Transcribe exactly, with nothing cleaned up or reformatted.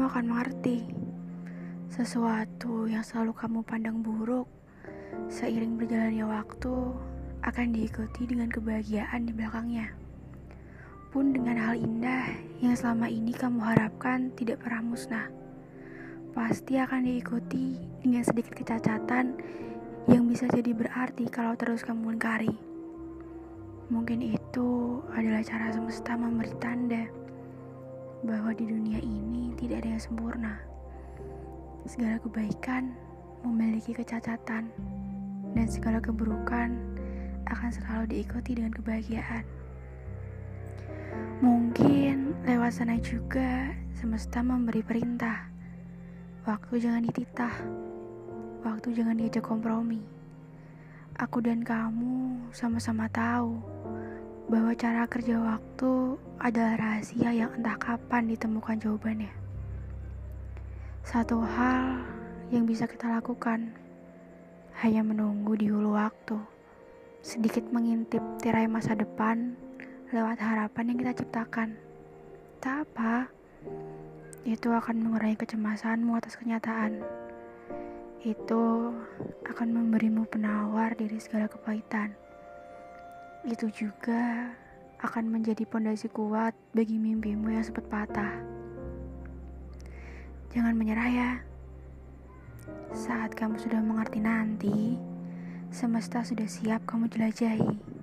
kamu akan mengerti. Sesuatu yang selalu kamu pandang buruk, seiring berjalannya waktu, akan diikuti dengan kebahagiaan di belakangnya. Pun dengan hal indah yang selama ini kamu harapkan tidak pernah musnah, pasti akan diikuti dengan sedikit kecacatan yang bisa jadi berarti kalau terus kamu lingkari. Mungkin itu adalah cara semesta memberi tanda bahwa di dunia ini tidak ada yang sempurna. Segala kebaikan memiliki kecacatan, dan segala keburukan akan selalu diikuti dengan kebahagiaan. Mungkin lewat sana juga semesta memberi perintah. Waktu jangan dititah, waktu jangan diajak kompromi. Aku dan kamu sama-sama tahu bahwa cara kerja waktu adalah rahasia yang entah kapan ditemukan jawabannya. Satu hal yang bisa kita lakukan hanya menunggu di hulu waktu, sedikit mengintip tirai masa depan lewat harapan yang kita ciptakan. Tak apa, itu akan mengurangi kecemasanmu atas kenyataan. Itu akan memberimu penawar dari segala kepahitan. Itu juga akan menjadi pondasi kuat bagi mimpimu yang sempat patah. Jangan menyerah ya. Saat kamu sudah mengerti nanti, semesta sudah siap kamu jelajahi.